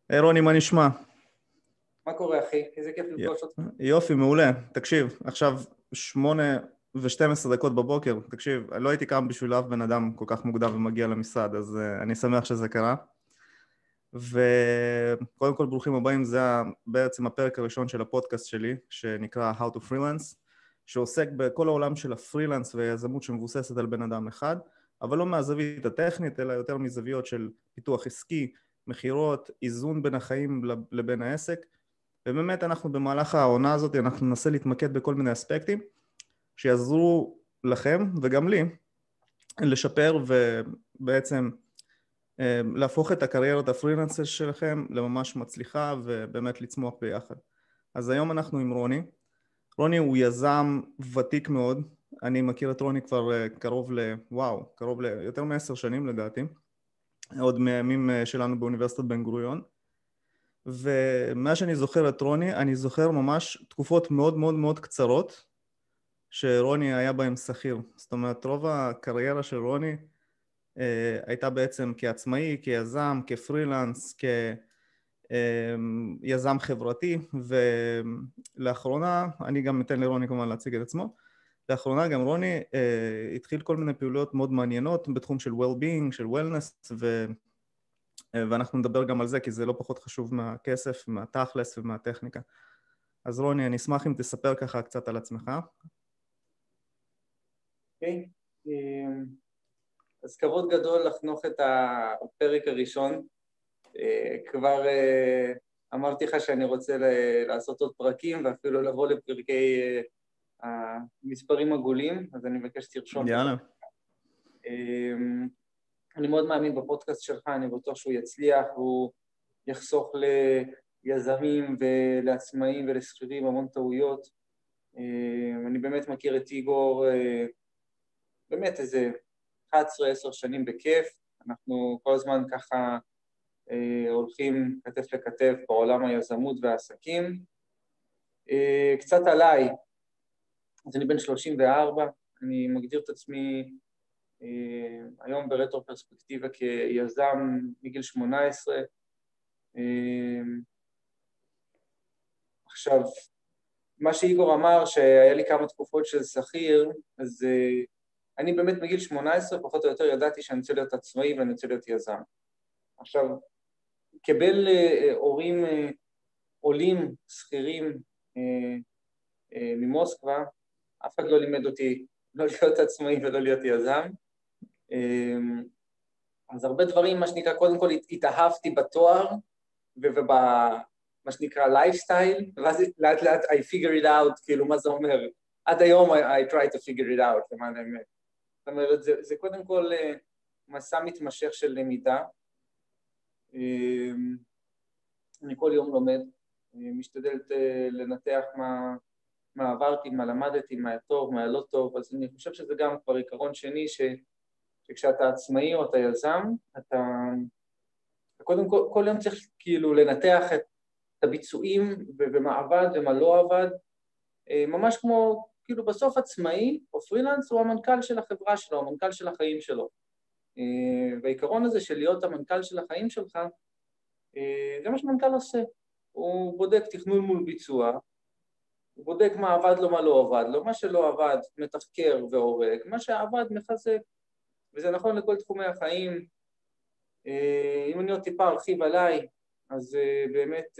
היי רוני, מה נשמע? מה קורה, אחי? איזה כיף י- לפגוש אותך. יופי, מעולה. תקשיב, עכשיו 8:12 בבוקר, תקשיב, לא הייתי קם בשביל אף בן אדם כל כך מוקדם ומגיע למשרד, אז אני שמח שזה קרה. וקודם כל ברוכים הבאים, בעצם הפרק הראשון של הפודקאסט שלי, שנקרא How to Freelance, שעוסק בכל העולם של הפרילנס והיזמות שמבוססת על בן אדם אחד, אבל לא מהזווית הטכנית, אלא יותר מזוויות של פיתוח עסקי, מכירות, איזון בין החיים לבין העסק. ובאמת אנחנו במהלך העונה הזאת אנחנו ננסה להתמקד בכל מיני אספקטים שיעזרו לכם וגם לי לשפר ובעצם להפוך את הקריירת הפרילנסר שלכם לממש מצליחה ובאמת לצמוח ביחד. אז היום אנחנו עם רוני. רוני הוא יזם ותיק מאוד. אני מכיר את רוני כבר קרוב ליותר מ10 שנים לדעתי, עוד מהימים שלנו באוניברסיטת בן גוריון. ומה שאני זוכר את רוני, אני זוכר ממש תקופות מאוד מאוד מאוד קצרות שרוני היה בהם שכיר. זאת אומרת, רוב הקריירה של רוני הייתה בעצם כעצמאי, כיזם, כפרילנס, כיזם חברתי, ולאחרונה, אני גם אתן לרוני כמובן להציג את עצמו, לאחרונה גם רוני התחיל כל מיני פעילויות מאוד מעניינות בתחום של well-being, של wellness, ואנחנו נדבר גם על זה, כי זה לא פחות חשוב מהכסף, מהתכלס ומהטכניקה. אז רוני, אני אשמח אם תספר ככה קצת על עצמך. אוקיי? אז כבוד גדול לחנוך את הפרק הראשון. כבר אמרתי לך שאני רוצה לעשות עוד פרקים, ואפילו לבוא לפרקי המספרים עגולים, אז אני מבקש שתרשום. יאללה. אני מאוד מאמין בפודקאסט שלך, אני בטוח שהוא יצליח, הוא יחסוך ליזמים ולעצמאים ולשכירים המון טעויות. אני באמת מכיר את איגור, באמת איזה 11-10 שנים בכיף, אנחנו כל הזמן ככה הולכים כתף לכתף בעולם היזמות והעסקים. קצת עליי, אז אני בן 34, אני מגדיר את עצמי היום ברטרו פרספקטיבה כיזם מגיל 18. עכשיו, מה שאיגור אמר שהיה לי כמה תקופות של שכיר, אז אני באמת מגיל 18 פחות או יותר ידעתי שאני רוצה להיות עצמאי ואני רוצה להיות יזם. עכשיו, קבל הורים עולים, שכירים ממוסקבה, אף אחד לא לימד אותי לא להיות עצמאי ולא להיות יזם. אז הרבה דברים, מה שנקרא, קודם כל התאהבתי בתואר ובמה שנקרא לייפסטייל, ואז לאט לאט I figure it out, כאילו מה זה אומר. עד היום I try to figure it out, למען האמת. זאת אומרת, זה קודם כל מסע מתמשך של למידה. אני כל יום לומד, משתדלת לנתח מה עברתי, מה למדתי, מה היה טוב, מה היה לא טוב, אז אני חושב שזה גם כבר עיקרון שני, שכשאתה עצמאי או אתה יזם, אתה קודם כל יום צריך כאילו לנתח את הביצועים ומה עבד ומה לא עבד, ממש כמו, כאילו בסוף עצמאי או פרילנס הוא המנכ"ל של החברה שלו, המנכ"ל של החיים שלו. והעיקרון הזה של להיות המנכ"ל של החיים שלך, זה מה שמנכ"ל עושה. הוא בודק תכנון מול ביצוע, הוא בודק מה עבד לו, מה לא עבד לו, מה שלא עבד מתחקר והורג, מה שעבד מחזק, וזה נכון לכל תחומי החיים. אם אני עוד טיפה ארחיב עליי, אז באמת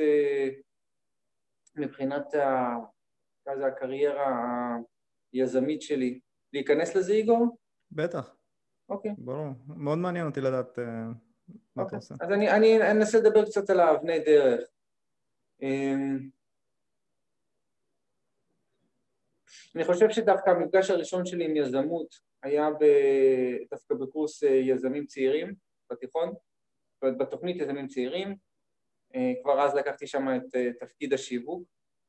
מבחינת הקריירה היזמית שלי, להיכנס לזה איגור? בטח. אוקיי. ברור. מאוד מעניין אותי לדעת מה אתה אוקיי. עושה. אז אני אנסה לדבר קצת על האבני דרך. אני חושב שדווקא המפגש הראשון שלי עם יזמות היה דווקא בקורס יזמים צעירים בתיכון, בתוכנית יזמים צעירים. כבר אז לקחתי שם את תפקיד השיווק.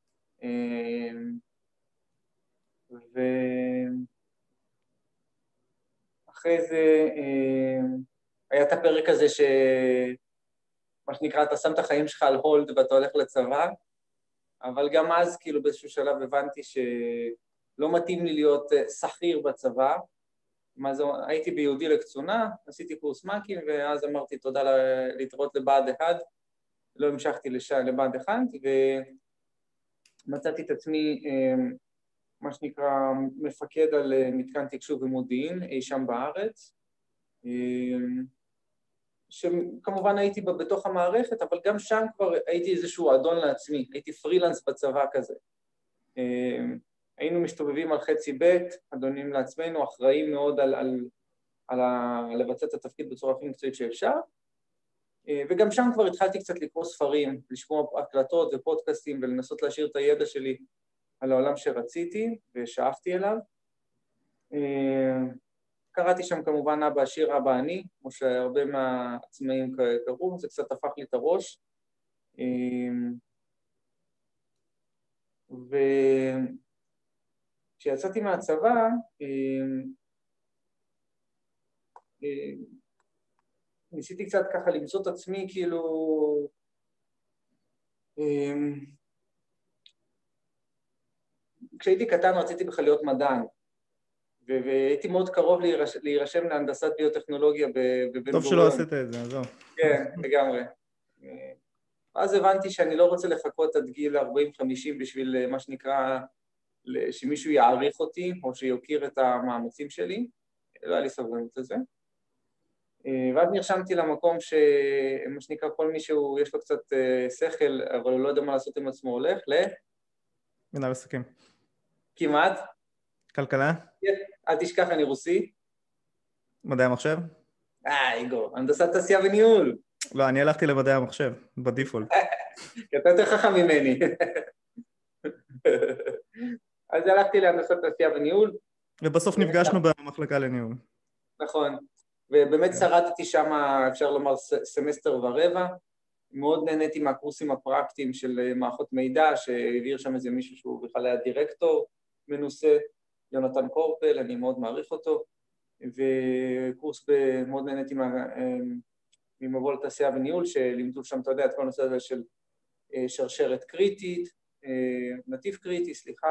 ואחרי זה היה את הפרק הזה מה שנקרא, אתה שם את החיים שלך על הולד ואתה הולך לצבא, אבל גם אז כאילו באיזשהו שלב הבנתי שלא מתאים לי להיות שכיר בצבא. הייתי ביהודי לקצונה, עשיתי קורס מ"כים, ואז אמרתי תודה להתראות לבה"ד 1, לא המשכתי לבה"ד 1, ומצאתי את עצמי, מה שנקרא, מפקד על מתקן תקשוב ומודיעין, אי שם בארץ, שכמובן הייתי בתוך המערכת, אבל גם שם כבר הייתי איזשהו אדון לעצמי, הייתי פרילנס בצבא כזה. היינו מסתובבים על חצי בית, אדונים לעצמנו, אחראים מאוד על לבצע את התפקיד בצורה הכי מקצועית שאפשר, וגם שם כבר התחלתי קצת לקרוא ספרים, לשמוע הקלטות ופודקאסטים ולנסות להשאיר את הידע שלי על העולם שרציתי ושאפתי אליו. קראתי שם כמובן אבא עשיר, אבא אני, כמו שהרבה מהעצמאים קראו, זה קצת הפך לי את הראש. וכשיצאתי מהצבא, ניסיתי קצת ככה למצוא את עצמי, כאילו, כשהייתי קטן רציתי בכלל להיות מדען, והייתי מאוד קרוב להירשם להנדסת ביוטכנולוגיה בבן גוריון. טוב שלא עשית את זה, זהו. כן, לגמרי. אז הבנתי שאני לא רוצה לחכות עד גיל 40-50 בשביל מה שנקרא, שמישהו יעריך אותי, או שיוקיר את המאמצים שלי, לא היה לי סבלנות לזה. ואז נרשמתי למקום שמה שנקרא כל מישהו יש לו קצת שכל, אבל הוא לא יודע מה לעשות עם עצמו, הולך מנהל עסקים. כמעט. כלכלה? אל תשכח, אני רוסי. מדעי המחשב? איגור, הנדסת תעשייה וניהול. לא, אני הלכתי למדעי המחשב, בדיפולט. כי אתה יותר חכם ממני. אז הלכתי להנדסת תעשייה וניהול. ובסוף נפגשנו במחלקה לניהול. נכון. ובאמת שרדתי שם, אפשר לומר, סמסטר ורבע. מאוד נהניתי מהקורסים הפרקטיים של מערכות מידע, שהעביר שם איזה מישהו שהוא בכלל היה דירקטור מנוסה, יונתן קורפל, אני מאוד מעריך אותו, וקורס מאוד נהניתי ממבוא לתעשייה וניהול, שלימדו שם, אתה יודע, את כל הנושא הזה של שרשרת קריטית, נתיב קריטי, סליחה.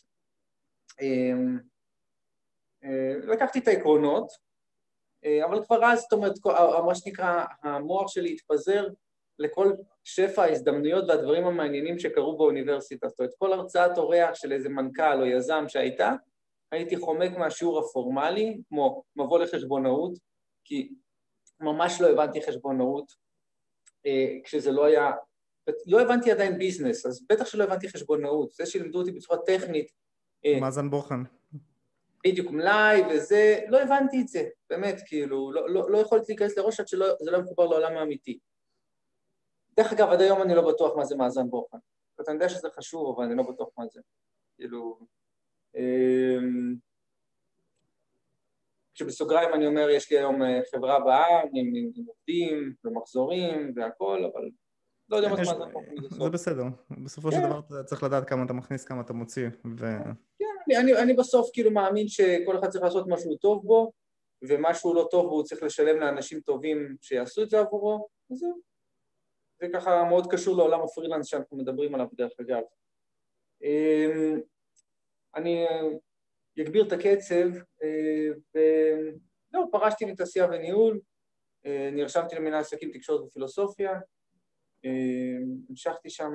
לקחתי את העקרונות, אבל כבר אז, זאת אומרת, מה שנקרא, המוח שלי התפזר לכל שפע ההזדמנויות והדברים המעניינים שקרו באוניברסיטה. זאת אומרת, כל הרצאת אורח של איזה מנכ"ל או יזם שהייתה, הייתי חומק מהשיעור הפורמלי, כמו מבוא לחשבונאות, כי ממש לא הבנתי חשבונאות, כשזה לא היה, לא הבנתי עדיין ביזנס, אז בטח שלא הבנתי חשבונאות, זה שלימדו אותי בצורה טכנית. מאזן בוחן. בדיוק, מלאי וזה, לא הבנתי את זה, באמת, כאילו, לא יכולתי להיכנס לראש עד שזה לא מחובר לעולם האמיתי. דרך אגב, עד היום אני לא בטוח מה זה מאזן בוחן. אתה יודע שזה חשוב, אבל אני לא בטוח מה זה. כאילו, כשבסוגריים אני אומר, יש לי היום חברה בעם, עם עובדים ומחזורים והכל, אבל לא יודע מה זה מאזן בוחן. זה בסדר. בסופו של דבר אתה צריך לדעת כמה אתה מכניס, כמה אתה מוציא. כן, אני בסוף כאילו מאמין שכל אחד צריך לעשות משהו טוב בו, ומשהו לא טוב בו הוא צריך לשלם לאנשים טובים שיעשו את זה עבורו, וזהו. זה ככה מאוד קשור לעולם הפרילנס שאנחנו מדברים עליו דרך אגב. אני אגביר את הקצב, וזהו, פרשתי מתעשייה וניהול, נרשמתי למנהל עסקים, תקשורת ופילוסופיה, המשכתי שם,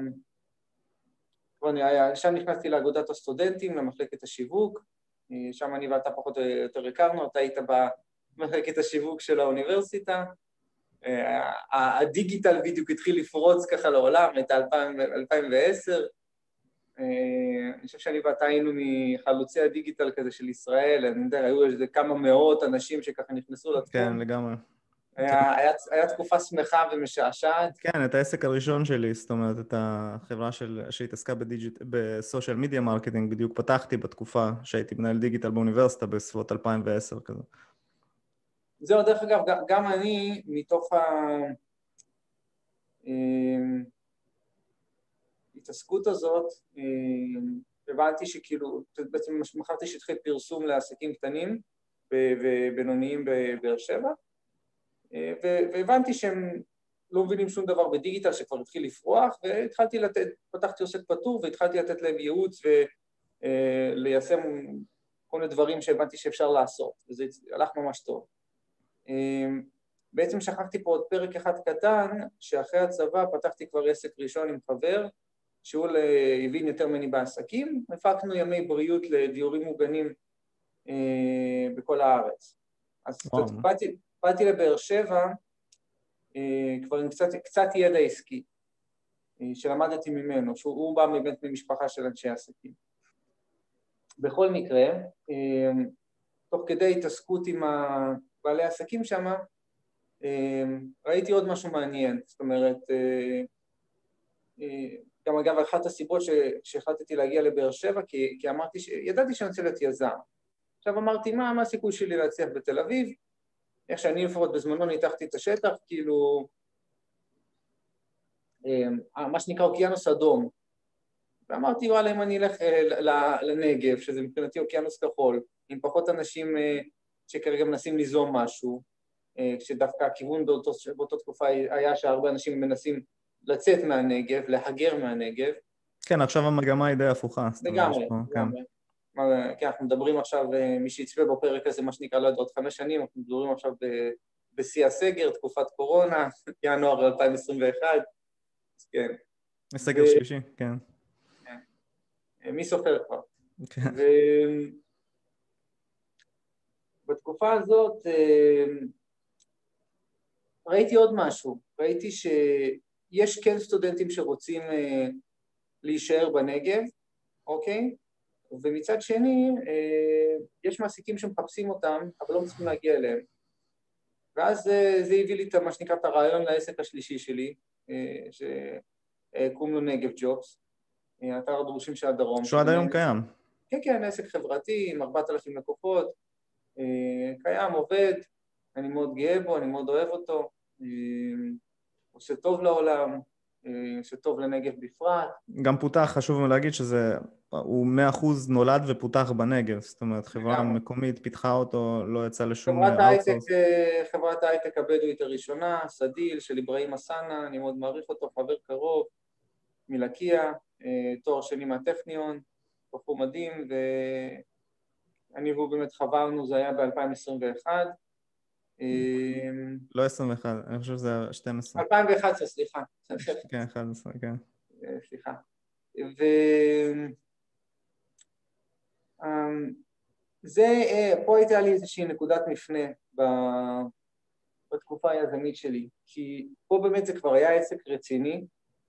שם נכנסתי לאגודת הסטודנטים, למחלקת השיווק, שם אני ואתה פחות או יותר הכרנו, אתה היית במחלקת השיווק של האוניברסיטה, הדיגיטל בדיוק התחיל לפרוץ ככה לעולם, את 2010, אני חושב שאני ואתה היינו מחלוצי הדיגיטל כזה של ישראל, אני יודע, היו איזה כמה מאות אנשים שככה נכנסו לתחום. כן, לגמרי. היה תקופה שמחה ומשעשעת. כן, את העסק הראשון שלי, זאת אומרת, את החברה שהתעסקה בסושיאל מדיה מרקטינג, בדיוק פתחתי בתקופה שהייתי מנהל דיגיטל באוניברסיטה בסביבות 2010 כזה. זהו, דרך אגב, גם אני, מתוך ההתעסקות הזאת, הבנתי שכאילו, בעצם מכרתי שטחי פרסום לעסקים קטנים ובינוניים בבאר שבע, והבנתי שהם לא מבינים שום דבר בדיגיטל שכבר התחיל לפרוח, והתחלתי פתחתי עוסק פטור והתחלתי לתת להם ייעוץ וליישם כל מיני דברים שהבנתי שאפשר לעשות, וזה הלך ממש טוב. בעצם שכחתי פה עוד פרק אחד קטן, שאחרי הצבא פתחתי כבר עסק ראשון עם חבר, שהוא הבין יותר ממני בעסקים, הפקנו ימי בריאות לדיורים מוגנים בכל הארץ. אז באתי לבאר שבע, כבר עם קצת ידע עסקי, שלמדתי ממנו, שהוא בא מבית ממשפחה של אנשי עסקים. בכל מקרה, תוך כדי התעסקות עם בעלי העסקים שם, ראיתי עוד משהו מעניין, זאת אומרת, גם אגב אחת הסיבות שהחלטתי להגיע לבאר שבע, כי אמרתי, ידעתי שאני רוצה להיות יזם. עכשיו אמרתי, מה הסיכוי שלי להצליח בתל אביב? איך שאני לפחות בזמנו ניתחתי את השטח, כאילו, מה שנקרא אוקיינוס אדום. ואמרתי, וואלה, אם אני אלך לנגב, שזה מבחינתי אוקיינוס כחול, עם פחות אנשים שכרגע מנסים ליזום משהו, כשדווקא הכיוון באותו תקופה היה שהרבה אנשים מנסים לצאת מהנגב, להגר מהנגב. כן, עכשיו המגמה היא די הפוכה. לגמרי. כן, אנחנו מדברים עכשיו, מי שיצפה בפרק הזה, מה שנקרא, לא יודע, עוד 5 שנים, אנחנו מדברים עכשיו בשיא הסגר, תקופת קורונה, ינואר 2021, אז כן. סגר שלישי, כן. מי סופר כבר? כן. ובתקופה הזאת ראיתי עוד משהו, ראיתי שיש כן סטודנטים שרוצים להישאר בנגב, אוקיי? ומצד שני, יש מעסיקים שמחפשים אותם, אבל לא מצליחים להגיע אליהם. ואז זה הביא לי מה שנקרא את הרעיון לעסק השלישי שלי, שקוראים לו נגב ג'ובס, אתר הדרושים של הדרום. שהוא עד היום קיים. כן, כן, עסק חברתי עם 4,000 לקוחות, קיים, עובד, אני מאוד גאה בו, אני מאוד אוהב אותו, עושה טוב לעולם, עושה טוב לנגב בפרט. גם פותח, חשוב לנו להגיד שהוא 100% נולד ופותח בנגב, זאת אומרת, חברה מקומית פיתחה אותו, לא יצא לשום אאוטסורס. חברת ההייטק הבדואית הראשונה, סדיל, של אברהים הסנה, אני מאוד מעריך אותו, חבר קרוב, מלקיה, תואר שני מהטכניון, בחור מדהים, ואני והוא באמת חברנו, זה היה ב-2021. לא 21, אני חושב שזה 12. 2011, סליחה. כן, 11, כן. סליחה. פה הייתה לי איזושהי נקודת מפנה בתקופה היזמית שלי, כי פה באמת זה כבר היה עסק רציני,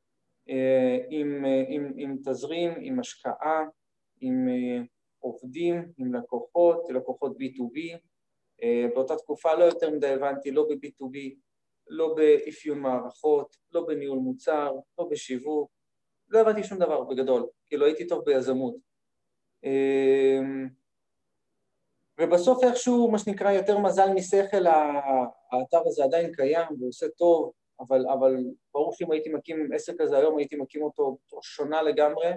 עם תזרים, עם השקעה, עם עובדים, עם לקוחות B2B, באותה תקופה לא יותר מדי הבנתי, לא ב-B2B, לא באפיון מערכות, לא בניהול מוצר, לא בשיווק, לא הבנתי שום דבר בגדול, כאילו הייתי טוב ביזמות. ובסוף איכשהו, מה שנקרא, יותר מזל משכל, האתר הזה עדיין קיים ועושה טוב, אבל ברור שאם הייתי מקים עסק כזה היום, הייתי מקים אותו שונה לגמרי.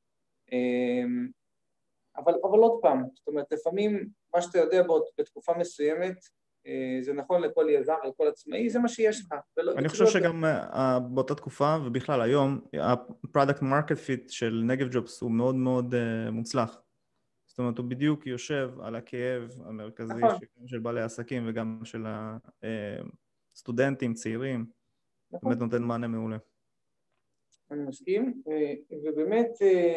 אבל עוד פעם, זאת אומרת, לפעמים מה שאתה יודע בתקופה מסוימת, זה נכון לכל יזם, לכל עצמאי, זה מה שיש לך. אני חושב שגם באותה תקופה, ובכלל היום, ה-product market fit של נגב ג'ובס הוא מאוד מאוד מוצלח. זאת אומרת, הוא בדיוק יושב על הכאב המרכזי של בעלי העסקים וגם של הסטודנטים, צעירים, באמת נותן מענה מעולה. אני מסכים, ובאמת,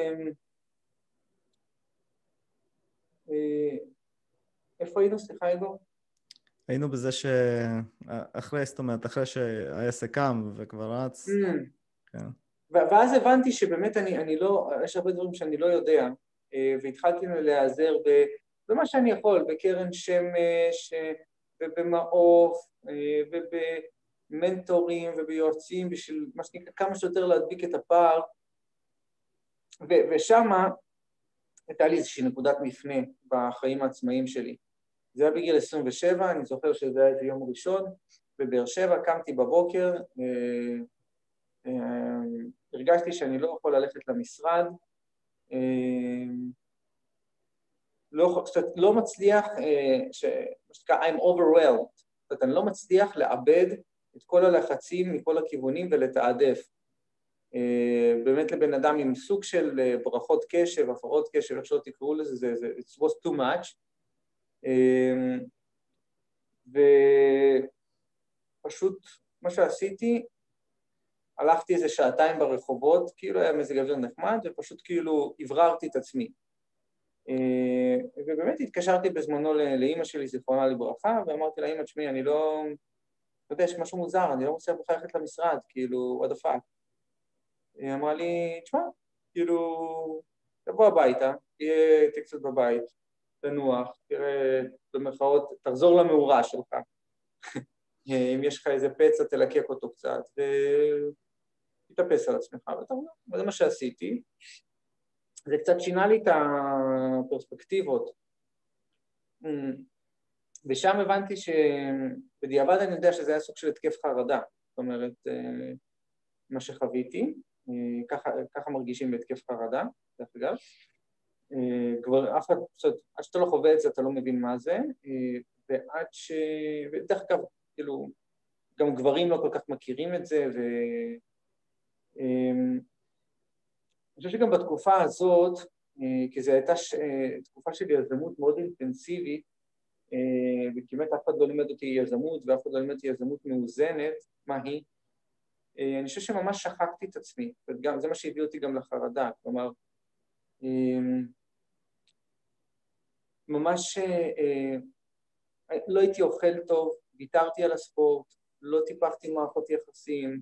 איפה היינו? סליחה, איגור? היינו בזה שאחרי, זאת אומרת, אחרי שהעסק קם וכבר רץ. ואז הבנתי שבאמת אני לא, יש הרבה דברים שאני לא יודע, והתחלתי להיעזר במה שאני יכול, בקרן שמש, ובמעוף, ובמנטורים וביועצים, בשביל מה שנקרא כמה שיותר להדביק את הפער, ושמה הייתה לי איזושהי נקודת מפנה בחיים העצמאיים שלי. זה היה בגיל 27, אני זוכר שזה היה יום ראשון, בבאר שבע, קמתי בבוקר, הרגשתי שאני לא יכול ללכת למשרד, לא מצליח, I'm overwhelmed, זאת אומרת, אני לא מצליח לאבד את כל הלחצים מכל הכיוונים ולתעדף. באמת לבן אדם עם סוג של ברכות קשב, הפרות קשב, איך שלא תקראו לזה, it was too much. פשוט מה שעשיתי, הלכתי איזה שעתיים ברחובות, כאילו היה מזג אוויר נחמד, ופשוט כאילו הבררתי את עצמי. ובאמת התקשרתי בזמנו לאמא שלי, זיכרונה לברכה, ואמרתי לה, אמא, תשמעי, אני לא יודע, יש משהו מוזר, אני לא מצליח בכלל ללכת למשרד, כאילו, what the fuck. היא אמרה לי, תשמע, כאילו, תבוא הביתה, תהיה קצת בבית, תנוח, תראה, במרכאות, תחזור למאורה שלך. אם יש לך איזה פצע, תלקק אותו קצת, ותתאפס על עצמך, וזה מה שעשיתי. זה קצת שינה לי את הפרספקטיבות. ושם הבנתי שבדיעבד אני יודע שזה היה סוג של התקף חרדה. זאת אומרת, מה שחוויתי, ככה מרגישים בהתקף חרדה, דרך אגב. כבר אף אחד, עד שאתה לא חווה את זה, אתה לא מבין מה זה, ודרך אגב, כאילו, גם גברים לא כל כך מכירים את זה, אני חושב שגם בתקופה הזאת, כי זו הייתה תקופה של יזמות מאוד אינטנסיבית, וכמעט אף אחד לא לימד אותי יזמות, ואף אחד לא לימד אותי יזמות מאוזנת, מה היא? אני חושב שממש שכחתי את עצמי, וזה מה שהביא אותי גם לחרדה, כלומר, ממש לא הייתי אוכל טוב, ויתרתי על הספורט, לא טיפחתי מערכות יחסים,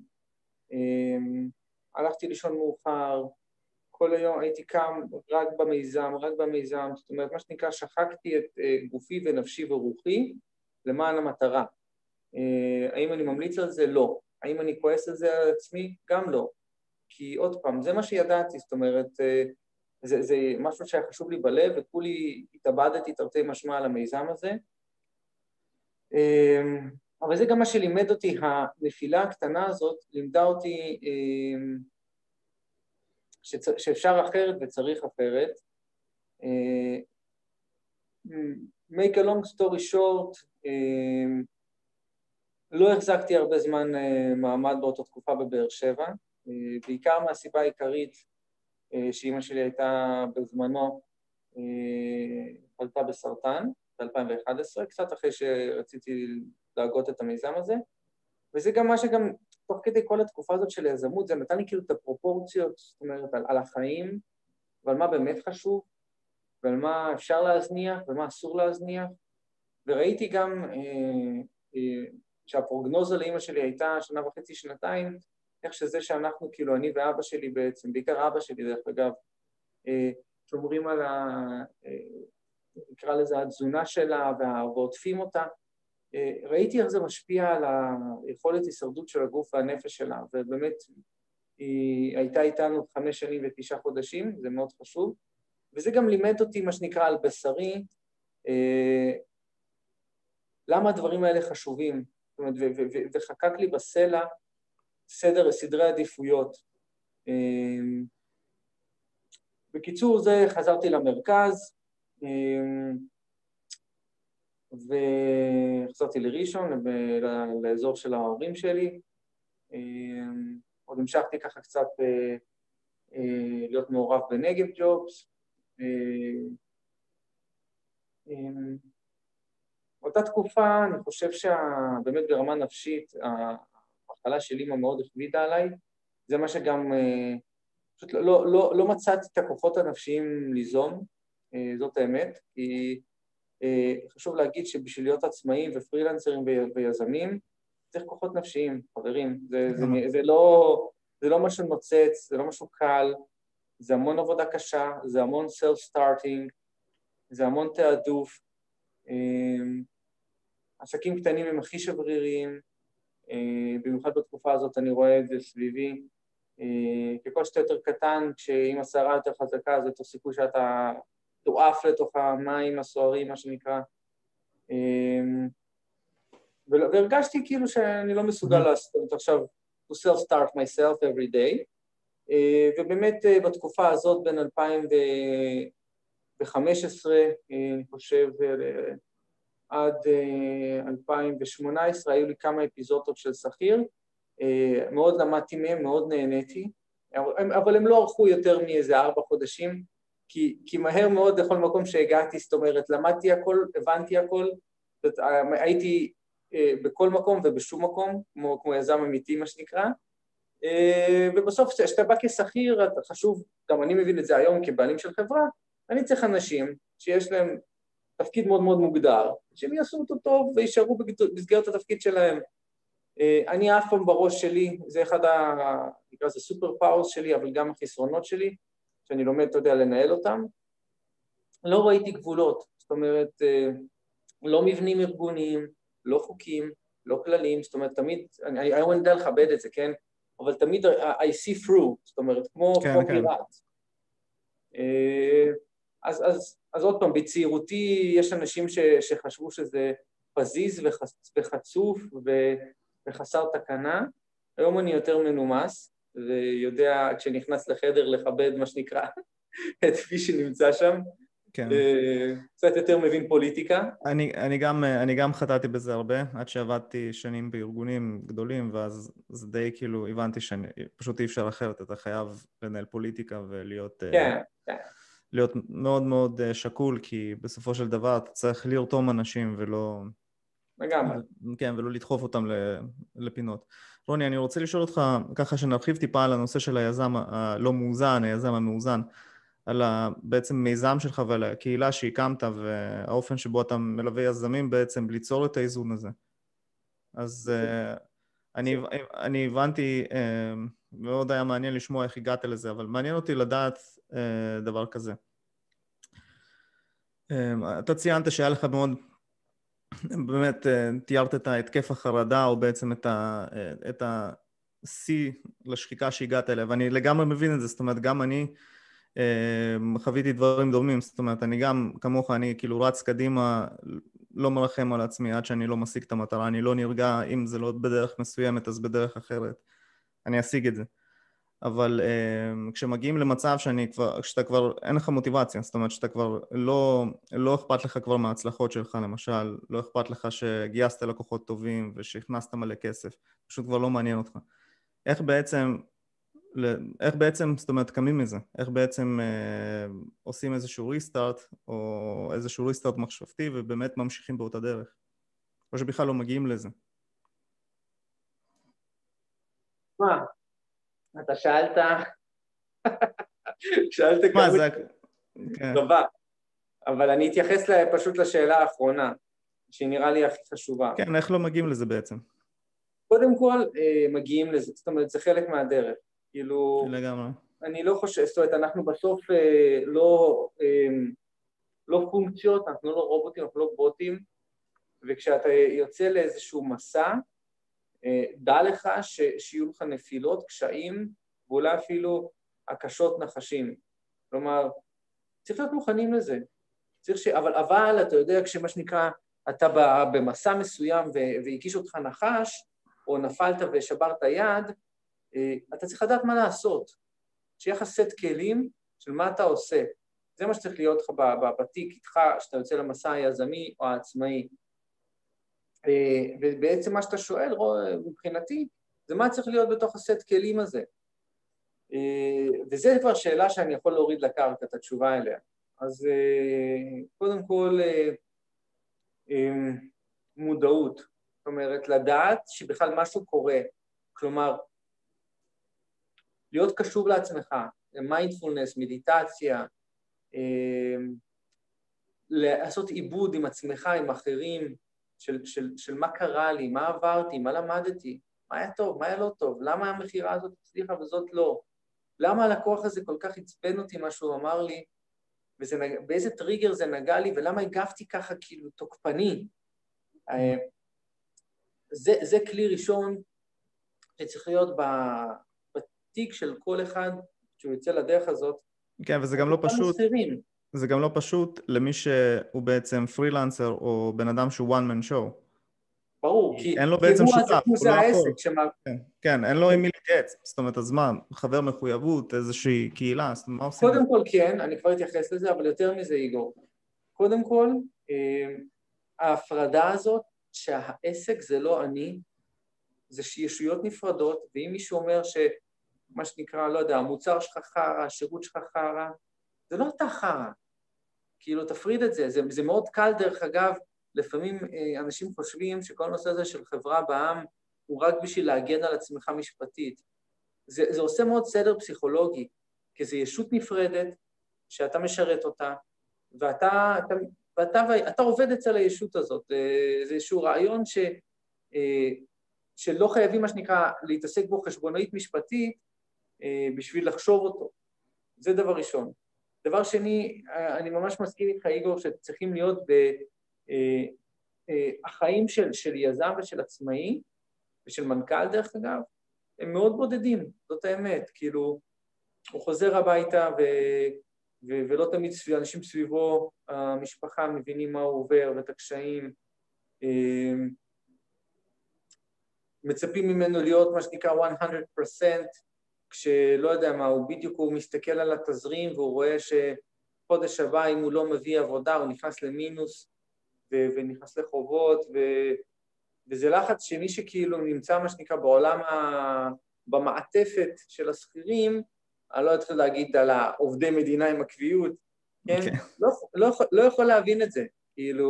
הלכתי לישון מאוחר, כל היום הייתי קם רק במיזם, זאת אומרת, מה שנקרא, שחקתי את גופי ונפשי ורוחי למען המטרה. האם אני ממליץ על זה? לא. האם אני כועס על זה על עצמי? גם לא. כי עוד פעם, זה מה שידעתי, זאת אומרת, זה משהו שהיה חשוב לי בלב, וכולי התאבדתי תרתי משמע על המיזם הזה. אבל זה גם מה שלימד אותי, הנפילה הקטנה הזאת, לימדה אותי שאפשר אחרת וצריך אחרת. Make a long story short, לא החזקתי הרבה זמן מעמד באותה תקופה בבאר שבע, בעיקר מהסיבה העיקרית שאמא שלי הייתה בזמנו, חלתה בסרטן ב-2011, קצת אחרי שרציתי להגות את המיזם הזה, וזה גם מה שגם תוך כדי כל התקופה הזאת של היזמות, זה נתן לי כאילו את הפרופורציות, זאת אומרת, על החיים, ועל מה באמת חשוב, ועל מה אפשר להזניח, ומה אסור להזניח, וראיתי גם שהפרוגנוזה לאמא שלי הייתה 1.5-2 שנתיים, איך שזה שאנחנו, כאילו, אני ואבא שלי בעצם, בעיקר אבא שלי, דרך אגב, שומרים על נקרא לזה, התזונה שלה, ועוטפים אותה, ראיתי איך זה משפיע על היכולת הישרדות של הגוף והנפש שלה, ובאמת היא הייתה איתנו 5 שנים ו9 חודשים, זה מאוד חשוב, וזה גם לימד אותי מה שנקרא על בשרי, למה הדברים האלה חשובים, זאת אומרת, וחקק לי בסלע סדרי עדיפויות. בקיצור, זה חזרתי למרכז, וחזרתי לראשון, לאזור של ההורים שלי, עוד המשכתי ככה קצת להיות מעורב בנגב ג'ובס. אותה תקופה, אני חושב שבאמת ברמה נפשית, המחלה של אמא מאוד הכבידה עליי, זה מה שגם, פשוט לא מצאתי את הכוחות הנפשיים ליזום, זאת האמת, כי חשוב להגיד שבשביל להיות עצמאים ופרילנסרים ויזמים, צריך כוחות נפשיים, חברים, זה לא משהו נוצץ, זה לא משהו קל, זה המון עבודה קשה, זה המון self-starting, זה המון תעדוף, עסקים קטנים הם הכי שבריריים, במיוחד בתקופה הזאת אני רואה את זה סביבי, ככל שאתה יותר קטן, כשאם השערה יותר חזקה, זה יותר סיכוי שאתה תועף לתוך המים הסוערים, מה שנקרא, והרגשתי כאילו שאני לא מסוגל לעשות עכשיו, to self-start myself every day, ובאמת בתקופה הזאת בין 2015, אני חושב, עד 2018, היו לי כמה אפיזודות של שכיר, מאוד למדתי מהם, מאוד נהניתי, אבל הם לא ערכו יותר מאיזה 4 חודשים, כי מהר מאוד לכל מקום שהגעתי, זאת אומרת, למדתי הכל, הבנתי הכל, הייתי בכל מקום ובשום מקום, כמו יזם אמיתי מה שנקרא, ובסוף כשאתה בא כשכיר, אתה חשוב, גם אני מבין את זה היום כבעלים של חברה, אני צריך אנשים שיש להם תפקיד מאוד מאוד מוגדר, שהם יעשו אותו טוב וישארו במסגרת התפקיד שלהם. אני אף פעם בראש שלי, זה אחד נקרא זה סופר פאוורס שלי, אבל גם החסרונות שלי, שאני לומד, אתה יודע, לנהל אותם. לא ראיתי גבולות, זאת אומרת, לא מבנים ארגוניים, לא חוקים, לא כללים, זאת אומרת, תמיד, אני היום אני יודע לכבד את זה, כן? אבל תמיד I see through, זאת אומרת, כמו פיראט. אז עוד פעם, בצעירותי יש אנשים שחשבו שזה פזיז וחצוף וחסר תקנה, היום אני יותר מנומס, ויודע כשנכנס לחדר לכבד מה שנקרא את מי שנמצא שם, כן. קצת יותר מבין פוליטיקה. אני גם חטאתי בזה הרבה, עד שעבדתי שנים בארגונים גדולים, ואז זה די כאילו הבנתי שפשוט אי אפשר אחרת, אתה חייב לנהל פוליטיקה ולהיות להיות מאוד מאוד שקול, כי בסופו של דבר אתה צריך לרתום אנשים ולא... לגמרי. כן, ולא לדחוף אותם לפינות. רוני, אני רוצה לשאול אותך, ככה שנרחיב טיפה על הנושא של היזם הלא מאוזן, היזם המאוזן, על בעצם מיזם שלך ועל הקהילה שהקמת, והאופן שבו אתה מלווה יזמים בעצם ליצור את האיזון הזה. אז אני הבנתי, מאוד היה מעניין לשמוע איך הגעת לזה, אבל מעניין אותי לדעת דבר כזה. אתה ציינת שהיה לך מאוד, באמת תיארת את התקף החרדה, או בעצם את השיא לשחיקה שהגעת אליה, ואני לגמרי מבין את זה, זאת אומרת, גם אני חוויתי דברים דומים, זאת אומרת, אני גם, כמוך, אני כאילו רץ קדימה, לא מרחם על עצמי עד שאני לא משיג את המטרה, אני לא נרגע, אם זה לא בדרך מסוימת, אז בדרך אחרת, אני אשיג את זה. אבל כשמגיעים למצב שאתה כבר, אין לך מוטיבציה, זאת אומרת שאתה כבר לא אכפת לך כבר מההצלחות שלך, למשל, לא אכפת לך שגייסת לקוחות טובים ושהכנסת מלא כסף, פשוט כבר לא מעניין אותך. איך בעצם, זאת אומרת, קמים מזה? איך בעצם עושים איזשהו ריסטארט, או איזשהו ריסטארט מחשבתי, ובאמת ממשיכים באותה דרך? או שבכלל לא מגיעים לזה? מה? אתה שאלת טובה, אבל אני אתייחס פשוט לשאלה האחרונה, שהיא נראה לי הכי חשובה. כן, איך לא מגיעים לזה בעצם? קודם כל, מגיעים לזה, זאת אומרת, זה חלק מהדרך. כאילו, לגמרי. אני לא חושב, זאת אומרת, אנחנו בסוף לא פונקציות, אנחנו לא רובוטים, אנחנו לא בוטים, וכשאתה יוצא לאיזשהו מסע, דע לך שיהיו לך נפילות, קשיים, ואולי אפילו הקשות נחשים. כלומר, צריך להיות מוכנים לזה. אבל אתה יודע, כשמה שנקרא, אתה במסע מסוים והקיש אותך נחש, או נפלת ושברת יד, אתה צריך לדעת מה לעשות. שיהיה לך סט כלים של מה אתה עושה. זה מה שצריך להיות לך בתיק איתך, שאתה יוצא למסע היזמי או העצמאי. ובעצם מה שאתה שואל, מבחינתי, זה מה צריך להיות בתוך הסט כלים הזה. וזה כבר שאלה שאני יכול להוריד לקרקע את התשובה אליה. אז קודם כל, מודעות. זאת אומרת, לדעת שבכלל משהו קורה. כלומר, להיות קשוב לעצמך, מיינדפולנס, מדיטציה, לעשות עיבוד עם עצמך, עם אחרים, של מה קרה לי, מה עברתי, מה למדתי, מה היה טוב, מה היה לא טוב, למה המחירה הזאת הצליחה וזאת לא, למה הלקוח הזה כל כך עצבן אותי מה שהוא אמר לי, באיזה טריגר זה נגע לי, ולמה הגבתי ככה כאילו תוקפני. זה כלי ראשון שצריך להיות בתיק של כל אחד שהוא יוצא לדרך הזאת. כן, וזה גם לא פשוט. זה גם לא פשוט למי שהוא בעצם פרילנסר או בן אדם שהוא one man show. ברור, כי אין לו בעצם שותף, הוא לא העסק. כן, אין לו עם מי להתייעץ. זאת אומרת, אז מה, חבר מחויבות, איזושהי קהילה, אז מה עושים? קודם כל כן, אני כבר אתייחס לזה, אבל יותר מזה איגור. קודם כל, ההפרדה הזאת שהעסק זה לא אני, זה שישויות נפרדות, ואם מישהו אומר שמה שנקרא, לא יודע, המוצר שלך חרא, השירות שלך חרא, זה לא אתה חרא. כאילו, תפריד את זה. זה מאוד קל, דרך אגב, לפעמים אנשים חושבים שכל הנושא הזה של חברה בע"מ הוא רק בשביל להגן על עצמך משפטית. זה עושה מאוד סדר פסיכולוגי, כי זו ישות נפרדת שאתה משרת אותה, ואתה עובד אצל הישות הזאת. זה איזשהו רעיון שלא חייבים, מה שנקרא, להתעסק בו חשבונאית משפטית בשביל לחשוב אותו. זה דבר ראשון. דבר שני, אני ממש מסכים איתך, איגור, שצריכים להיות החיים של יזם ושל עצמאי, ושל מנכ"ל דרך אגב, הם מאוד בודדים, זאת האמת. כאילו, הוא חוזר הביתה ולא תמיד אנשים סביבו, המשפחה מבינים מה הוא עובר ואת הקשיים, מצפים ממנו להיות מה שנקרא 100%, כשלא יודע מה, הוא מסתכל על התזרים והוא רואה שחודש הבא אם הוא לא מביא עבודה הוא נכנס למינוס ונכנס לחובות, וזה לחץ שמי שכאילו נמצא מה שנקרא בעולם, במעטפת של השכירים, אני לא אתחיל להגיד על העובדי מדינה עם הקביעות, כן? לא יכול להבין את זה, כאילו,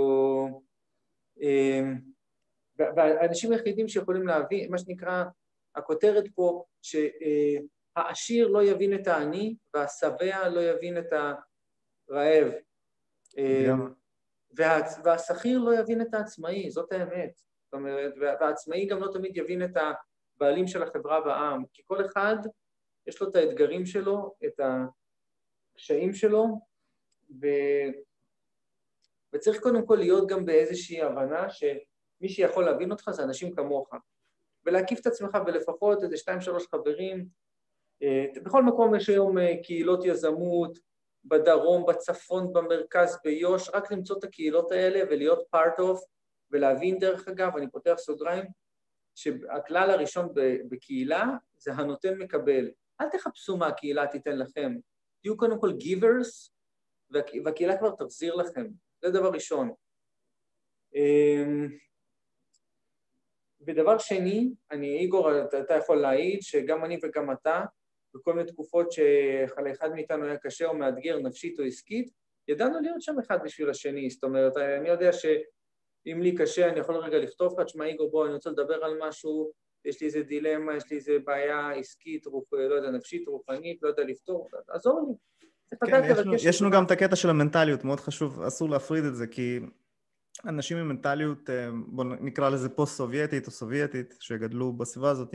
והאנשים היחידים שיכולים להבין, מה שנקרא, הכותרת פה, שהעשיר לא יבין את העני, והשבע לא יבין את הרעב. והשכיר לא יבין את העצמאי, זאת האמת. זאת אומרת, והעצמאי גם לא תמיד יבין את הבעלים של החברה בע"מ, כי כל אחד יש לו את האתגרים שלו, את הקשיים שלו, וצריך קודם כל להיות גם באיזושהי הבנה שמי שיכול להבין אותך זה אנשים כמוך, ולהקיף את עצמך בלפחות איזה 2-3 חברים. בכל מקום יש היום קהילות יזמות, בדרום, בצפון, במרכז, ביו"ש, רק למצוא את הקהילות האלה ולהיות part of, ולהבין דרך אגב, אני פותח סוגריים, שהכלל הראשון בקהילה זה הנותן מקבל. אל תחפשו מה הקהילה תיתן לכם, תהיו קודם כל givers, והקהילה כבר תחזיר לכם, זה דבר ראשון. ודבר שני, איגור, אתה יכול להעיד שגם אני וגם אתה, בכל מיני תקופות שלאחד מאיתנו היה קשה או מאתגר נפשית או עסקית, ידענו להיות שם אחד בשביל השני. זאת אומרת, אני יודע שאם לי קשה, אני יכול רגע לכתוב לך, תשמע איגור, בוא, אני רוצה לדבר על משהו, יש לי איזה דילמה, יש לי איזה בעיה עסקית, לא יודע, נפשית, רוחנית, לא יודע לפתור, עזור לי. כן, יש לנו גם את הקטע של המנטליות, מאוד חשוב, אסור להפריד את זה, כי אנשים עם מנטליות, בוא נקרא לזה פוסט-סובייטית או סובייטית, שגדלו בסביבה הזאת,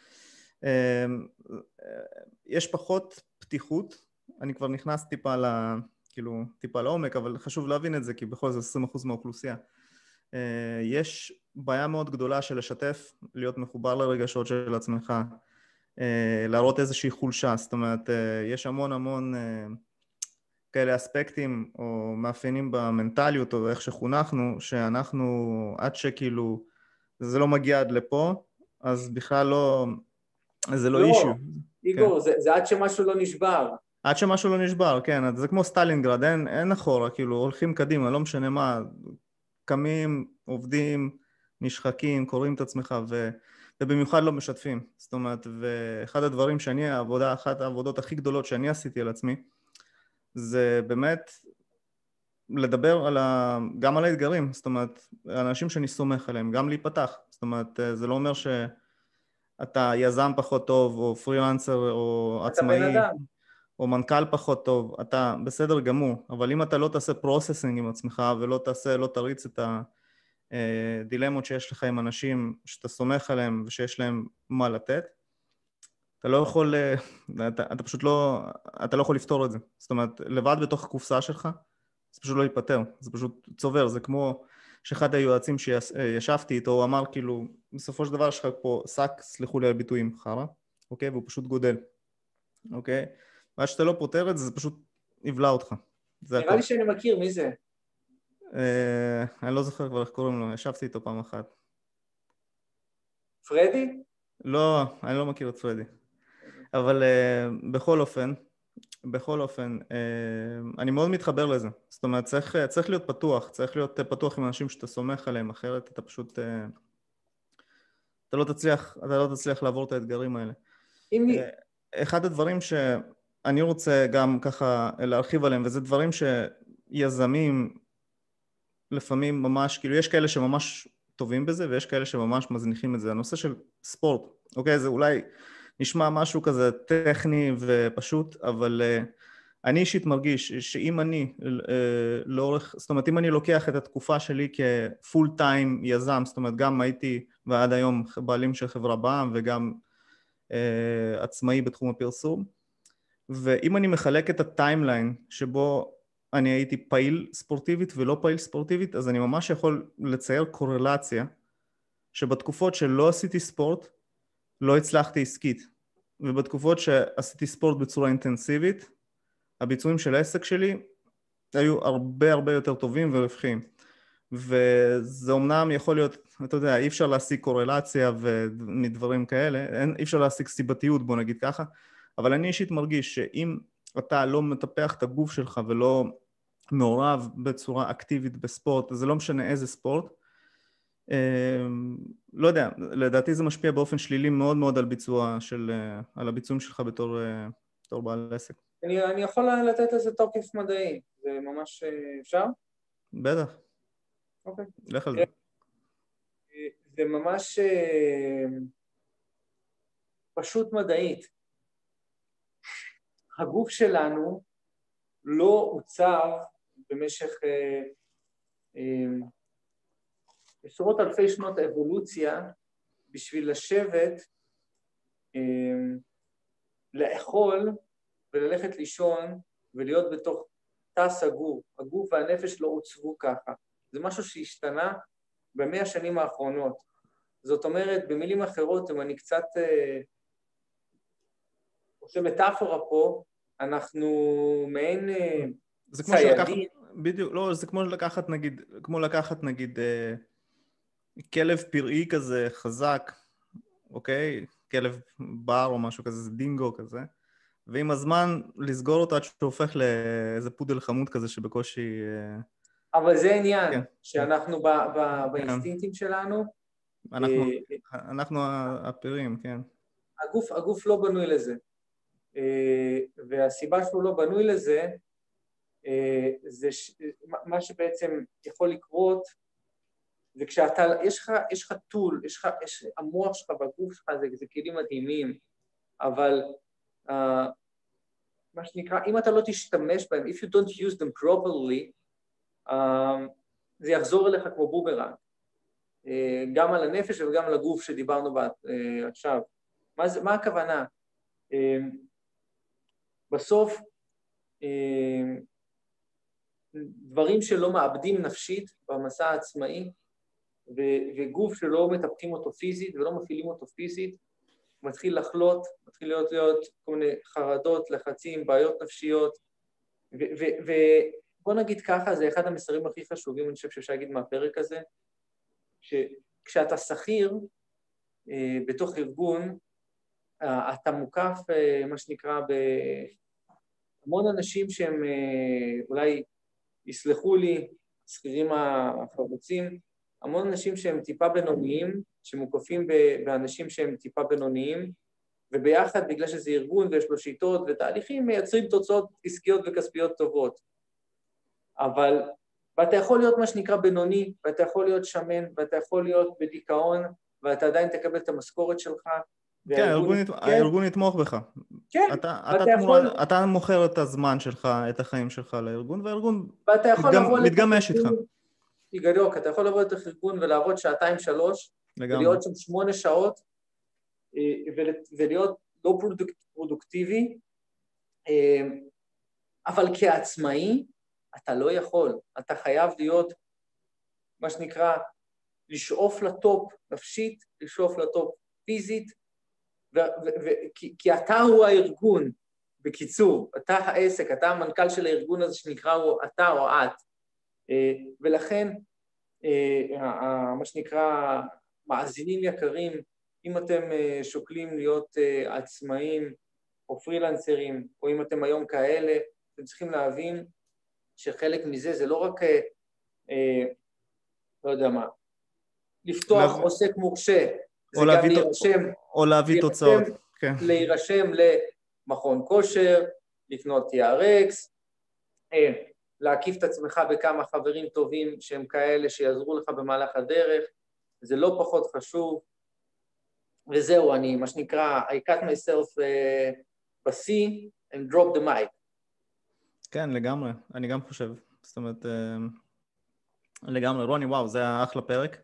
יש פחות פתיחות, אני כבר נכנס טיפה לעומק, אבל חשוב להבין את זה, כי בכל זאת 20% מהאוכלוסייה. יש בעיה מאוד גדולה של לשתף, להיות מחובר לרגשות של עצמך, להראות איזושהי חולשה, זאת אומרת, יש המון כאלה אספקטים או מאפיינים במנטליות או איך שחונכנו, שאנחנו עד שכאילו זה לא מגיע עד לפה, אז בכלל לא, זה לא אישיו. איגור, זה עד שמשהו לא נשבר. עד שמשהו לא נשבר, כן, זה כמו סטלינגרד, אין אחורה, כאילו הולכים קדימה, לא משנה מה, קמים, עובדים, נשחקים, קוראים את עצמך ובמיוחד לא משתפים. זאת אומרת, ואחד הדברים אחת העבודות הכי גדולות שאני עשיתי על עצמי, זה באמת לדבר גם על האתגרים, זאת אומרת, אנשים שאני סומך עליהם, גם להיפתח. זאת אומרת, זה לא אומר שאתה יזם פחות טוב, או פרילנסר, או עצמאי, או מנכ"ל פחות טוב, אתה בסדר גמור, אבל אם אתה לא תעשה פרוססינג עם עצמך, לא תריץ את הדילמות שיש לך עם אנשים שאתה סומך עליהם ושיש להם מה לתת, אתה לא יכול, אתה פשוט אתה לא יכול לפתור את זה. זאת אומרת, לבד בתוך הקופסה שלך, זה פשוט לא ייפטר, זה פשוט צובר, זה כמו שאחד היועצים שישבתי איתו, הוא אמר כאילו, בסופו של דבר יש לך פה שק, סליחו לי על ביטויים, חרה, אוקיי? והוא פשוט גודל, אוקיי? ועד שאתה לא פותר את זה, זה פשוט יבלע אותך. נראה לי שאני מכיר, מי זה? אני לא זוכר כבר איך קוראים לו, ישבתי איתו פעם אחת. פרדי? לא, אני לא מכיר את פרדי. אבל בכל אופן, אני מאוד מתחבר לזה. זאת אומרת, צריך להיות פתוח עם אנשים שאתה סומך עליהם, אחרת אתה פשוט, אתה לא תצליח לעבור את האתגרים האלה. אחד הדברים שאני רוצה גם ככה להרחיב עליהם, וזה דברים שיזמים, לפעמים ממש, כאילו יש כאלה שממש טובים בזה, ויש כאלה שממש מזניחים את זה. הנושא של ספורט, אוקיי, זה אולי נשמע משהו כזה טכני ופשוט, אבל אני אישית מרגיש שאם אני זאת אומרת, אם אני לוקח את התקופה שלי כפול טיים יזם, זאת אומרת, גם הייתי ועד היום בעלים של חברה בע"מ, וגם עצמאי בתחום הפרסום, ואם אני מחלק את הטיימליין שבו אני הייתי פעיל ספורטיבית ולא פעיל ספורטיבית, אז אני ממש יכול לצייר קורלציה שבתקופות שלא עשיתי ספורט, לא הצלחתי עסקית, ובתקופות שעשיתי ספורט בצורה אינטנסיבית, הביצועים של העסק שלי היו הרבה יותר טובים ורווחיים. וזה אומנם יכול להיות, אתה יודע, אי אפשר להשיג קורלציה ומדברים כאלה, אי אפשר להשיג סיבתיות, בוא נגיד ככה, אבל אני אישית מרגיש שאם אתה לא מטפח את הגוף שלך ולא מעורב בצורה אקטיבית בספורט, זה לא משנה איזה ספורט, לא יודע, לדעתי זה משפיע באופן שלילי מאוד על הביצועים שלך בתור בעל עסק. אני יכול לתת לזה תוקף מדעי, זה ממש אפשר? בטח. אוקיי. לך על זה. זה ממש פשוט מדעית. הגוף שלנו לא עוצב במשך עשרות אלפי שנות אבולוציה בשביל לשבת, לאכול וללכת לישון ולהיות בתוך תא סגור. הגוף והנפש לא עוצבו ככה. זה משהו שהשתנה ב100 השנים האחרונות. זאת אומרת, במילים אחרות, אם אני קצת עושה מטאפורה פה, אנחנו מעין ציידים. בדיוק, לא, זה כמו לקחת נגיד כלב פראי כזה חזק, אוקיי? כלב בר או משהו כזה, זה דינגו כזה, ועם הזמן לסגור אותו עד שהוא הופך לאיזה פודל חמוד כזה שבקושי... אבל זה עניין, כן. שאנחנו באינסטינקטים שלנו... אנחנו הפרים, כן. הגוף לא בנוי לזה. והסיבה שהוא לא בנוי לזה, זה מה שבעצם יכול לקרות, זה כשאתה, יש לך טול, המוח שלך בגוף שלך, זה כלים מדהימים, אבל מה שנקרא, אם אתה לא תשתמש בהם, if you don't use them properly, זה יחזור אליך כמו בומרנג, גם על הנפש וגם על הגוף שדיברנו עכשיו. מה הכוונה? בסוף, דברים שלא מאבדים נפשית במסע העצמאי, וגוף שלא מטפחים אותו פיזית ולא מפעילים אותו פיזית, מתחיל לחלות, מתחיל להיות כל מיני חרדות, לחצים, בעיות נפשיות, ובוא נגיד ככה, זה אחד המסרים הכי חשובים, אני חושב שאפשר להגיד מהפרק הזה, שכשאתה שכיר בתוך ארגון, אתה מוקף, מה שנקרא, בהמון אנשים שהם אולי יסלחו לי, שכירים החרוצים, המון אנשים שהם טיפה בינוניים, שמוקפים באנשים שהם טיפה בינוניים, וביחד, בגלל שזה ארגון ויש לו שיטות ותהליכים, מייצרים תוצאות עסקיות וכספיות טובות. אבל, ואתה יכול להיות מה שנקרא בינוני, ואתה יכול להיות שמן, ואתה יכול להיות בדיכאון, ואתה עדיין תקבל את המשכורת שלך. כן, הארגון יתמוך בך. כן, אתה מוכר את הזמן שלך, את החיים שלך לארגון, והארגון מתגמש איתך. בדיוק, אתה יכול לבוא לתוך ארגון ולעבוד 2-3, ולהיות שם 8 שעות, ולהיות לא פרודוקטיבי, אבל כעצמאי, אתה לא יכול. אתה חייב להיות, מה שנקרא, לשאוף לטופ נפשית, לשאוף לטופ פיזית, כי אתה הוא הארגון, בקיצור, אתה העסק, אתה המנכ"ל של הארגון הזה שנקרא אתה או את, ולכן, מה שנקרא, מאזינים יקרים, אם אתם שוקלים להיות עצמאים או פרילנסרים, או אם אתם היום כאלה, אתם צריכים להבין שחלק מזה זה לא רק, לא יודע מה, לפתוח עוסק מורשה, זה גם להירשם, או להביא תוצאות, להירשם למכון כושר, לקנות TRX, להקיף את עצמך בכמה חברים טובים שהם כאלה שיעזרו לך במהלך הדרך, זה לא פחות חשוב, וזהו, אני, מה שנקרא, I cut myself ב-C and drop the mic. כן, לגמרי, אני גם חושב. זאת אומרת, לגמרי. רוני, וואו, זה היה אחלה פרק.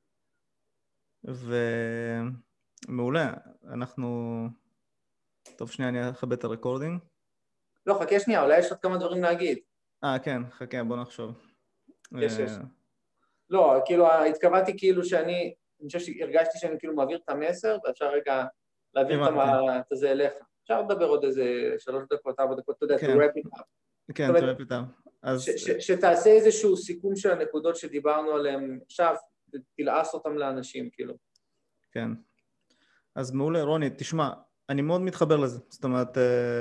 ומעולה, אנחנו... טוב, שנייה, אני אכבד את הרקורדינג. לא, חכה שנייה, אולי יש עוד כמה דברים להגיד. כן, חכה, בוא נחשוב. יש. לא, כאילו, התכוונתי כאילו שאני, אני חושב שהרגשתי שאני כאילו מעביר את המסר, ואפשר רגע להעביר את זה אליך. אפשר לדבר עוד איזה 3 דקות, 4 דקות, אתה יודע, to wrap it up. כן, to wrap it up. שתעשה איזשהו סיכום של הנקודות שדיברנו עליהן עכשיו, תלעס אותם לאנשים, כאילו. כן. אז מעולה, רוני, תשמע, אני מאוד מתחבר לזה. זאת אומרת,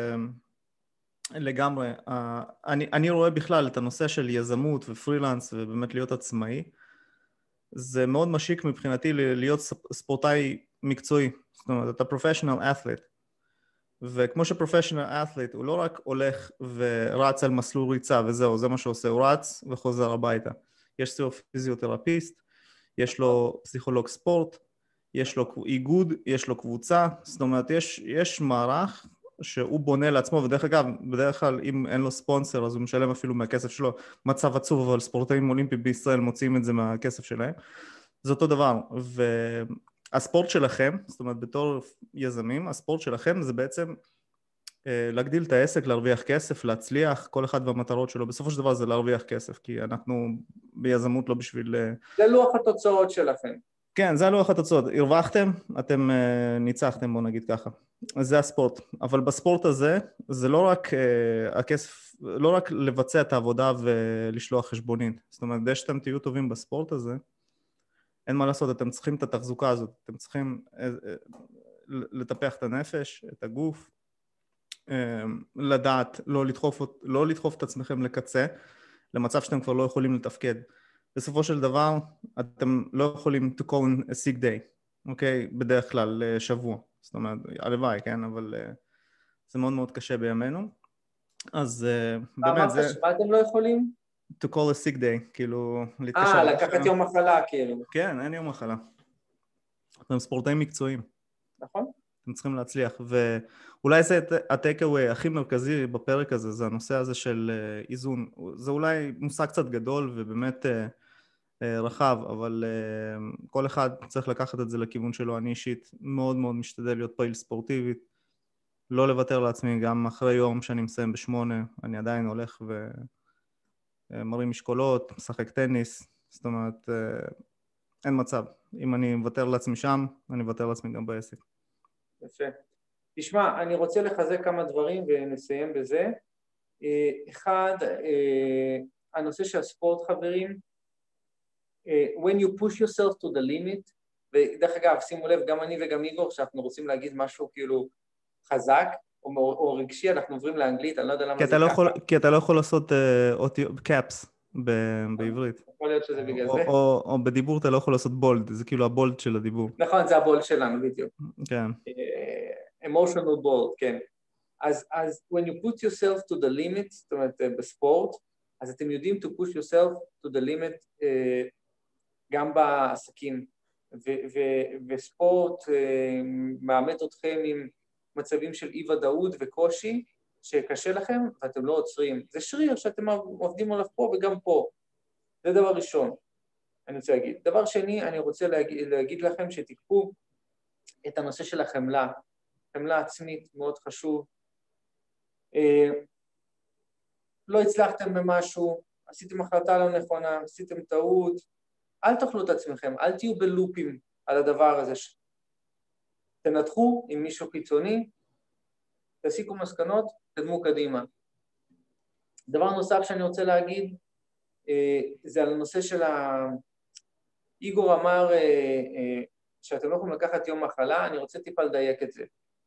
לגמרי. אני רואה בכלל את הנושא של יזמות ופרילנס, ובאמת להיות עצמאי. זה מאוד משיק מבחינתי להיות ספורטאי מקצועי. זאת אומרת, אתה professional athlete. וכמו שפרופשיונל את'ליט הוא לא רק הולך ורץ על מסלול ריצה וזהו, זה מה שעושה, הוא רץ וחוזר הביתה. יש לו פיזיותרפיסט, יש לו פסיכולוג ספורט, יש לו איגוד, יש לו קבוצה, זאת אומרת, יש מערך שהוא בונה לעצמו, ודרך אגב, בדרך כלל אם אין לו ספונסר, אז הוא משלם אפילו מהכסף שלו, מצב עצוב, אבל ספורטאים אולימפיים בישראל מוציאים את זה מהכסף שלהם. זה אותו דבר, הספורט שלכם, זאת אומרת בתור יזמים, הספורט שלכם זה בעצם להגדיל את העסק, להרוויח כסף, להצליח, כל אחד והמטרות שלו, בסופו של דבר זה להרוויח כסף, כי אנחנו ביזמות לא בשביל... זה לוח התוצאות שלכם. כן, זה לוח התוצאות. הרווחתם, אתם ניצחתם, בוא נגיד ככה. זה הספורט. אבל בספורט הזה, זה לא רק הכסף, לא רק לבצע את העבודה ולשלוח חשבונית. זאת אומרת, כדי שאתם תהיו טובים בספורט הזה, אין מה לעשות, אתם צריכים את התחזוקה הזאת, אתם צריכים לטפח את הנפש, את הגוף, לדעת, לא לדחוף את עצמכם לקצה, למצב שאתם כבר לא יכולים לתפקד. בסופו של דבר, אתם לא יכולים to call in a sick day, אוקיי? בדרך כלל שבוע, זאת אומרת, הלוואי, כן? אבל זה מאוד מאוד קשה בימינו. אז באמת זה... מה אתם לא יכולים? to call a sick day, כאילו להתקשר... לקחת יום מחלה, כאילו. כן, אין יום מחלה. אתם ספורטאים מקצועיים. נכון. אתם צריכים להצליח, ואולי זה הטייק-אווי הכי מרכזי בפרק הזה, זה הנושא הזה של איזון. זה אולי מושג קצת גדול ובאמת רחב, אבל כל אחד צריך לקחת את זה לכיוון שלו. אני אישית מאוד מאוד משתדל להיות פעיל ספורטיבית, לא לוותר לעצמי, גם אחרי יום שאני מסיים ב8, אני עדיין הולך מרים משקולות, משחק טניס, זאת אומרת, אין מצב. אם אני מוותר לעצמי שם, אני מוותר לעצמי גם בעסק. יפה. תשמע, אני רוצה לחזק כמה דברים ונסיים בזה. אחד, הנושא של הספורט, חברים, when you push yourself to the limit, ודרך אגב, שימו לב, גם אני וגם איגור, שאנחנו רוצים להגיד משהו כאילו חזק, או רגשי, אנחנו עוברים לאנגלית, אני לא יודע למה זה ככה. כי אתה לא יכול לעשות קאפס בעברית. יכול להיות שזה בגלל זה. או בדיבור אתה לא יכול לעשות בולד, זה כאילו הבולד של הדיבור. נכון, זה הבולד שלנו, בדיוק. כן. emotional bold, כן. אז when you put yourself to the limit, זאת אומרת, בספורט, אז אתם יודעים to push yourself to the limit גם בעסקים, וספורט מאמת אתכם עם מצבים של אי-ודאות וקושי, שקשה לכם ואתם לא עוצרים. זה שריר שאתם עובדים עליו פה וגם פה. זה דבר ראשון, אני רוצה להגיד. דבר שני, אני רוצה להגיד לכם שתיקחו את הנושא של החמלה. חמלה עצמית מאוד חשוב. לא הצלחתם במשהו, עשיתם החלטה לא נכונה, עשיתם טעות, אל תאכלו את עצמכם, אל תהיו בלופים על הדבר הזה. תנתחו עם מישהו חיצוני, תסיקו מסקנות, תקדמו קדימה. דבר נוסף שאני רוצה להגיד, זה על הנושא של איגור אמר שאתם לא יכולים לקחת יום מחלה, אני רוצה טיפה לדייק את זה.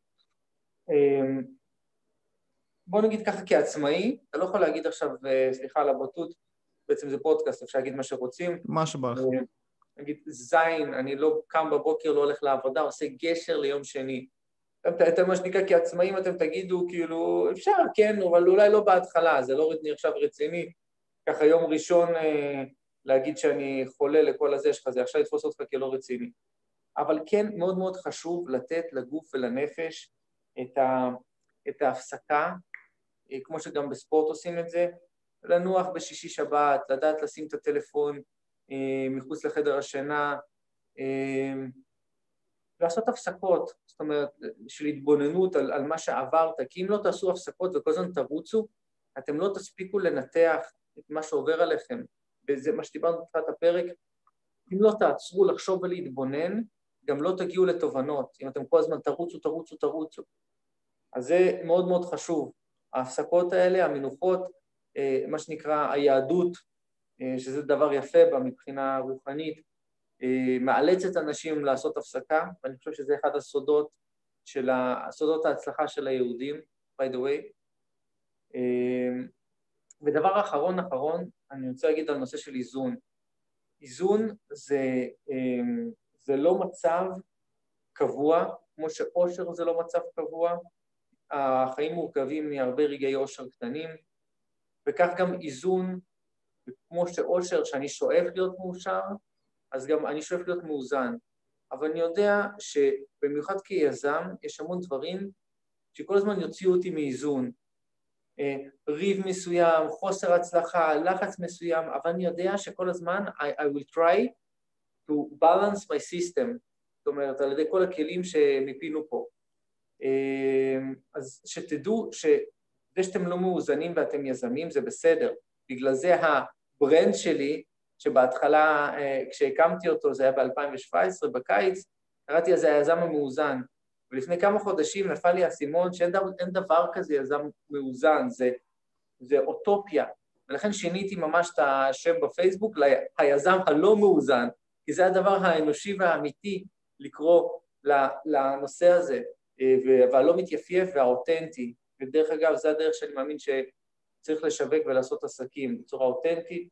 בוא נגיד ככה כעצמאי, אתה לא יכול להגיד עכשיו, סליחה על הבוטות, בעצם זה פודקאסט, אפשר להגיד מה שרוצים. מה שבא לך. נגיד זין, אני לא קם בבוקר, לא הולך לעבודה, עושה גשר ליום שני. אתם מה שנקרא כעצמאים, אתם תגידו כאילו, אפשר, כן, אבל אולי לא בהתחלה, זה לא עכשיו רציני. ככה יום ראשון להגיד שאני חולה לכל הזה שלך, זה עכשיו לתפוס אותך כלא רציני. אבל כן מאוד מאוד חשוב לתת לגוף ולנפש את ההפסקה, כמו שגם בספורט עושים את זה, לנוח בשישי שבת, לדעת לשים את הטלפון מחוץ לחדר השינה, לעשות הפסקות, זאת אומרת, של התבוננות על מה שעברת, כי אם לא תעשו הפסקות וכל הזמן תרוצו, אתם לא תספיקו לנתח את מה שעובר עליכם, וזה מה שדיברנו בתחילת הפרק, אם לא תעצרו לחשוב ולהתבונן, גם לא תגיעו לתובנות, אם אתם כל הזמן תרוצו. אז זה מאוד מאוד חשוב, ההפסקות האלה, המנוחות, מה שנקרא היהדות, שזה דבר יפה בה מבחינה רוחנית, מאלצת אנשים לעשות הפסקה, ואני חושב שזה אחד הסודות ההצלחה של היהודים, by the way. ודבר אחרון, אני רוצה להגיד על נושא של איזון. איזון זה לא מצב קבוע, כמו שאושר זה לא מצב קבוע, החיים מורכבים מהרבה רגעי אושר קטנים, וכך גם איזון, כמו שאושר, שאני שואף להיות מאושר, אז גם אני שואף להיות מאוזן. אבל אני יודע שבמיוחד כיזם, יש המון דברים שכל הזמן יוציאו אותי מאיזון. ריב מסוים, חוסר הצלחה, לחץ מסוים, אבל אני יודע שכל הזמן I will try to balance my system, זאת אומרת, על ידי כל הכלים שמיפינו פה. אז שתדעו שזה שאתם לא מאוזנים ואתם יזמים, זה בסדר. בגלל זה הברנד שלי, שבהתחלה, כשהקמתי אותו, זה היה ב-2017, בקיץ, קראתי לזה היזם המאוזן. ולפני כמה חודשים נפל לי הסימון שאין דבר כזה יזם מאוזן, זה אוטופיה. ולכן שיניתי ממש את השם בפייסבוק ליזם הלא מאוזן, כי זה הדבר האנושי והאמיתי לקרוא לנושא הזה, והלא מתייפייף והאותנטי. ודרך אגב, זה הדרך שאני מאמין שצריך לשווק ולעשות עסקים בצורה אותנטית.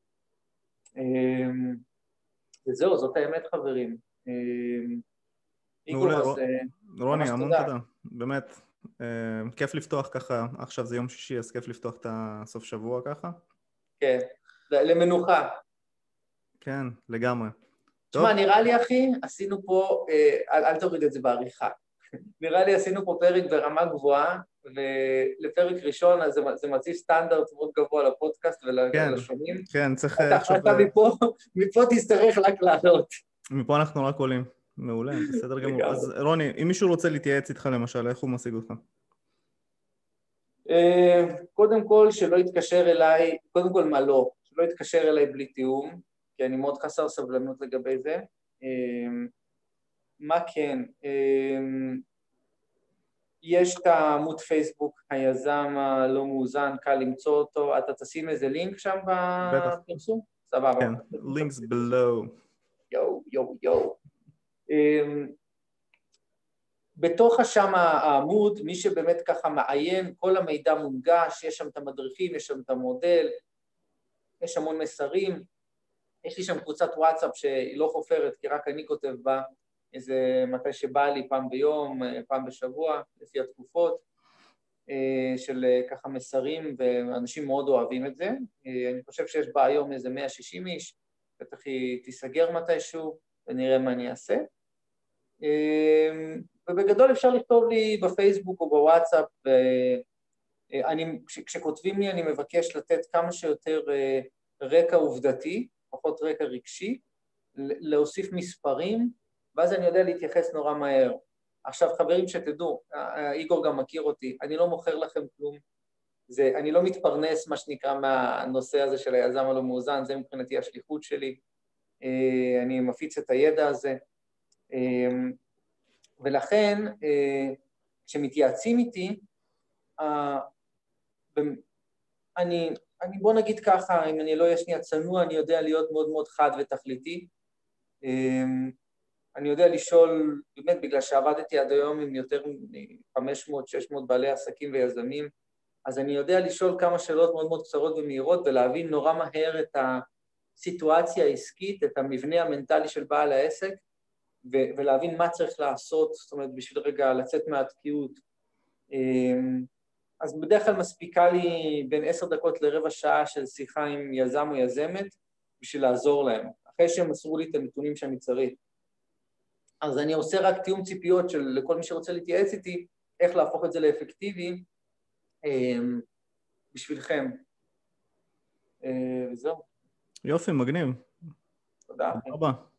וזהו, זאת האמת חברים. מעולה, רוני, המון תודה. באמת, כיף לפתוח ככה, עכשיו זה יום שישי, אז כיף לפתוח את הסוף שבוע ככה. כן, למנוחה. כן, לגמרי. תשמע, נראה לי אחי, עשינו פה, אל תוריד את זה בעריכה, נראה לי עשינו פה פרק ברמה גבוהה, ולפרק ראשון זה מציב סטנדרט מאוד גבוה לפודקאסט ולשומעים. כן, צריך עכשיו... אתה מפה תצטרך רק לעלות. מפה אנחנו רק עולים. מעולה, בסדר גמור. אז רוני, אם מישהו רוצה להתייעץ איתך למשל, איך הוא משיג אותך? קודם כל, שלא יתקשר אליי, קודם כל מה לא, שלא יתקשר אליי בלי תיאום, כי אני מאוד חסר סבלנות לגבי זה. מה כן? יש את העמוד פייסבוק, היזם הלא מאוזן, קל למצוא אותו, אתה תשים איזה לינק שם בפרסום? סבבה. כן, links below. יו. בתוך שם העמוד, מי שבאמת ככה מעיין, כל המידע מונגש, יש שם את המדריכים, יש שם את המודל, יש המון מסרים, יש לי שם קבוצת וואטסאפ שהיא לא חופרת, כי רק אני כותב בה, איזה מתי שבא לי פעם ביום, פעם בשבוע, לפי התקופות, של ככה מסרים, ואנשים מאוד אוהבים את זה. אני חושב שיש בה היום איזה 160 איש, בטח היא תיסגר מתישהו, ונראה מה אני אעשה. ובגדול אפשר לכתוב לי בפייסבוק או בוואטסאפ, כשכותבים לי אני מבקש לתת כמה שיותר רקע עובדתי, פחות רקע רגשי, להוסיף מספרים, ואז אני יודע להתייחס נורא מהר. עכשיו חברים שתדעו, איגור גם מכיר אותי, אני לא מוכר לכם כלום, אני לא מתפרנס מה שנקרא מהנושא הזה של היזם הלא מאוזן, זה מבחינתי השליחות שלי, אני מפיץ את הידע הזה, ולכן כשמתייעצים איתי, בוא נגיד ככה, אם אני לא אהיה שנייה צנוע, אני יודע להיות מאוד מאוד חד ותכליתי, אני יודע לשאול, באמת בגלל שעבדתי עד היום עם יותר מ-500-600 בעלי עסקים ויזמים, אז אני יודע לשאול כמה שאלות מאוד מאוד קצרות ומהירות, ולהבין נורא מהר את הסיטואציה העסקית, את המבנה המנטלי של בעל העסק, ולהבין מה צריך לעשות, זאת אומרת, בשביל רגע לצאת מהתקיעות. אז בדרך כלל מספיקה לי בין 10 דקות לרבע שעה של שיחה עם יזם או יזמת, בשביל לעזור להם, אחרי שהם מסרו לי את הנתונים שאני צריך. אז אני עושה רק תיאום ציפיות לכל מי שרוצה להתייעץ איתי, איך להפוך את זה לאפקטיבי בשבילכם. וזהו. יופי, מגניב. תודה. תודה רבה.